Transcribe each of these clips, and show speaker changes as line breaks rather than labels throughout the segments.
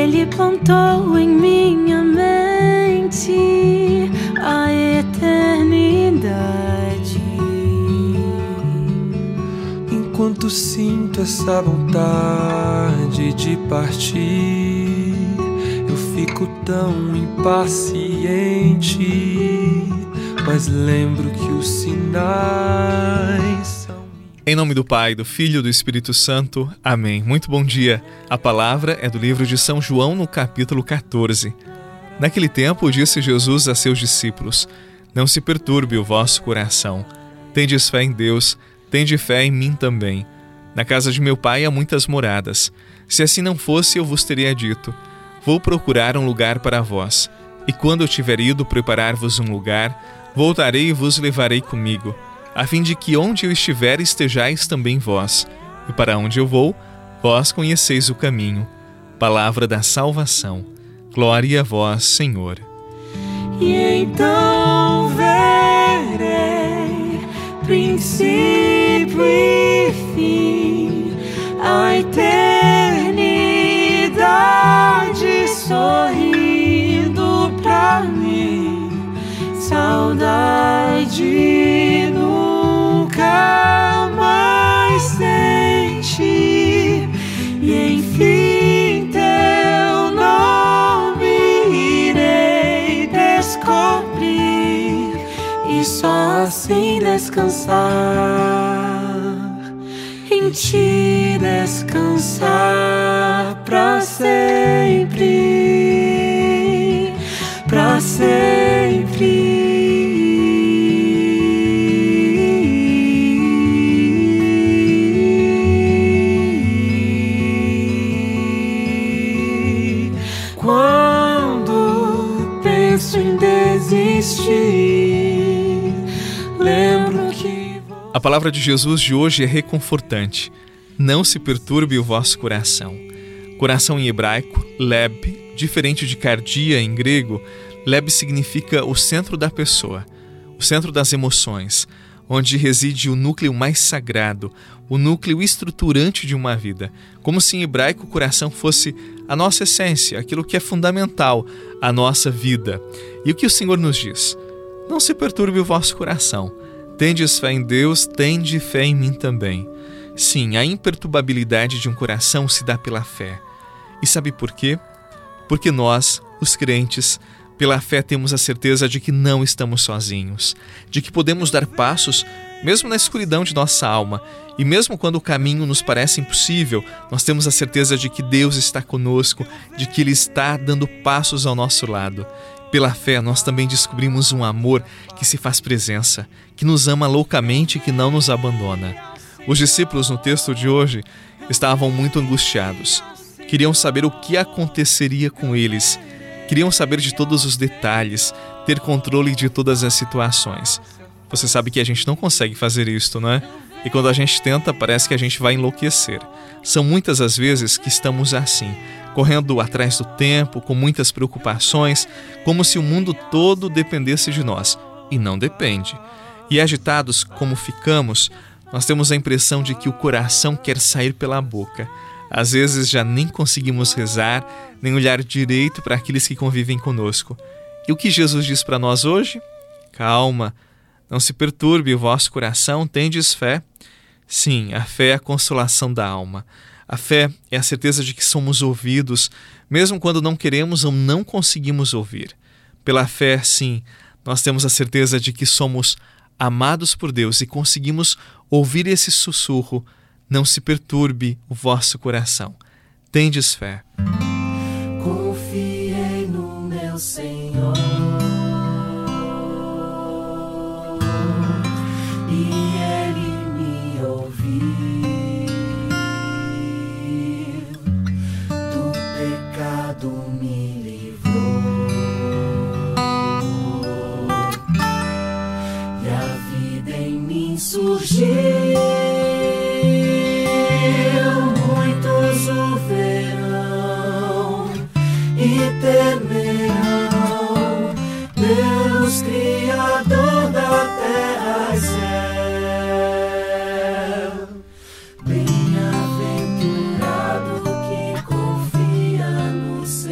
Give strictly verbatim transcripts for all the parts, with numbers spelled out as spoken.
Ele plantou em minha mente a eternidade.
Enquanto sinto essa vontade de partir, eu fico tão impaciente, mas lembro que os sinais são...
Em nome do Pai, do Filho e do Espírito Santo. Amém. Muito bom dia. A palavra é do livro de São João, no capítulo catorze. Naquele tempo, disse Jesus a seus discípulos: Não se perturbe o vosso coração. Tendes fé em Deus, tende fé em mim também. Na casa de meu Pai há muitas moradas. Se assim não fosse, eu vos teria dito: Vou procurar um lugar para vós. E quando eu tiver ido preparar-vos um lugar, voltarei e vos levarei comigo, a fim de que onde eu estiver estejais também vós. E para onde eu vou, vós conheceis o caminho. Palavra da salvação. Glória a vós, Senhor.
E então verei princípio e fim, a eternidade sorrindo pra mim. Saudade nunca mais senti, e enfim teu nome irei descobrir, e só assim descansar, em ti descansar pra sempre, pra sempre. Quando penso em desistir, lembro que...
A palavra de Jesus de hoje é reconfortante. Não se perturbe o vosso coração. Coração em hebraico, leb, diferente de cardia em grego. Leb significa o centro da pessoa, o centro das emoções, onde reside o núcleo mais sagrado, o núcleo estruturante de uma vida. Como se em hebraico o coração fosse a nossa essência, aquilo que é fundamental à nossa vida. E o que o Senhor nos diz? Não se perturbe o vosso coração. Tendes fé em Deus, tende fé em mim também. Sim, a imperturbabilidade de um coração se dá pela fé. E sabe por quê? Porque nós, os crentes, pela fé temos a certeza de que não estamos sozinhos, de que podemos dar passos mesmo na escuridão de nossa alma, e mesmo quando o caminho nos parece impossível, nós temos a certeza de que Deus está conosco, de que Ele está dando passos ao nosso lado. Pela fé nós também descobrimos um amor que se faz presença, que nos ama loucamente e que não nos abandona. Os discípulos no texto de hoje estavam muito angustiados, queriam saber o que aconteceria com eles, queriam saber de todos os detalhes, ter controle de todas as situações. Você sabe que a gente não consegue fazer isto, não é? E quando a gente tenta, parece que a gente vai enlouquecer. São muitas as vezes que estamos assim, correndo atrás do tempo, com muitas preocupações, como se o mundo todo dependesse de nós. E não depende. E agitados como ficamos, nós temos a impressão de que o coração quer sair pela boca. Às vezes já nem conseguimos rezar, nem olhar direito para aqueles que convivem conosco. E o que Jesus diz para nós hoje? Calma, não se perturbe o vosso coração, tendes fé. Sim, a fé é a consolação da alma. A fé é a certeza de que somos ouvidos, mesmo quando não queremos ou não conseguimos ouvir. Pela fé, sim, nós temos a certeza de que somos amados por Deus e conseguimos ouvir esse sussurro: não se perturbe o vosso coração. Tendes fé.
Confiei no meu Senhor, e Ele me ouviu. Do pecado me livrou, e a vida em mim surgiu. Temerão Deus, Criador da terra e céu. Bem-aventurado que confia no Senhor.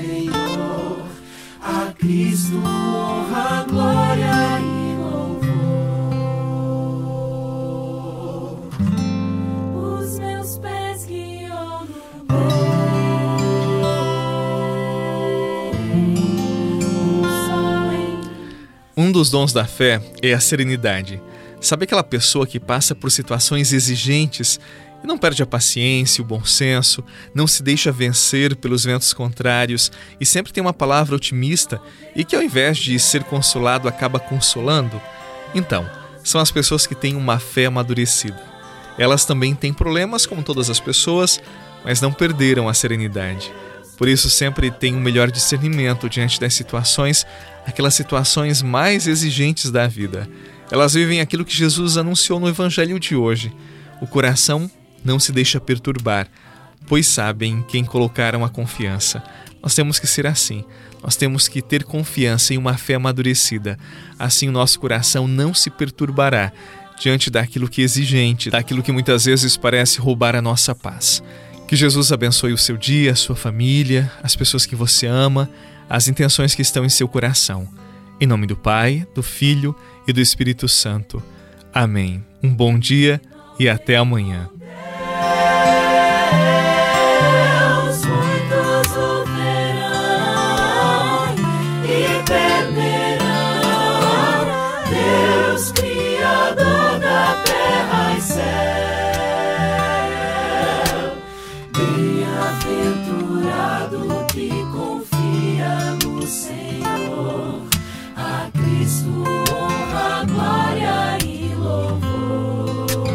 dos dons da fé é a serenidade. Sabe aquela pessoa que passa por situações exigentes e não perde a paciência, o bom senso, não se deixa vencer pelos ventos contrários e sempre tem uma palavra otimista e que, ao invés de ser consolado, acaba consolando? Então, são as pessoas que têm uma fé amadurecida. Elas também têm problemas, como todas as pessoas, mas não perderam a serenidade. Por isso, sempre têm um melhor discernimento diante das situações, aquelas situações mais exigentes da vida. Elas vivem aquilo que Jesus anunciou no Evangelho de hoje. O coração não se deixa perturbar, pois sabem em quem colocaram a confiança. Nós temos que ser assim. Nós temos que ter confiança em uma fé amadurecida. Assim o nosso coração não se perturbará diante daquilo que é exigente, daquilo que muitas vezes parece roubar a nossa paz. Que Jesus abençoe o seu dia, a sua família, as pessoas que você ama, as intenções que estão em seu coração. Em nome do Pai, do Filho e do Espírito Santo. Amém. Um bom dia e até amanhã.
Bem-aventurado que confia no Senhor, a Cristo honra, glória e louvor.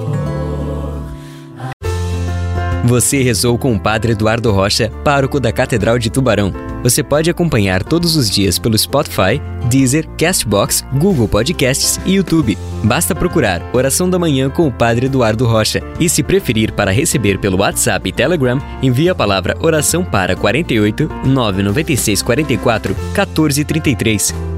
Você rezou com o Padre Eduardo Rocha, pároco da Catedral de Tubarão. Você pode acompanhar todos os dias pelo Spotify, Deezer, Castbox, Google Podcasts e YouTube. Basta procurar Oração da Manhã com o Padre Eduardo Rocha. E se preferir para receber pelo WhatsApp e Telegram, envie a palavra oração para quarenta e oito, nove nove seis, quarenta e quatro, quatorze, trinta e três.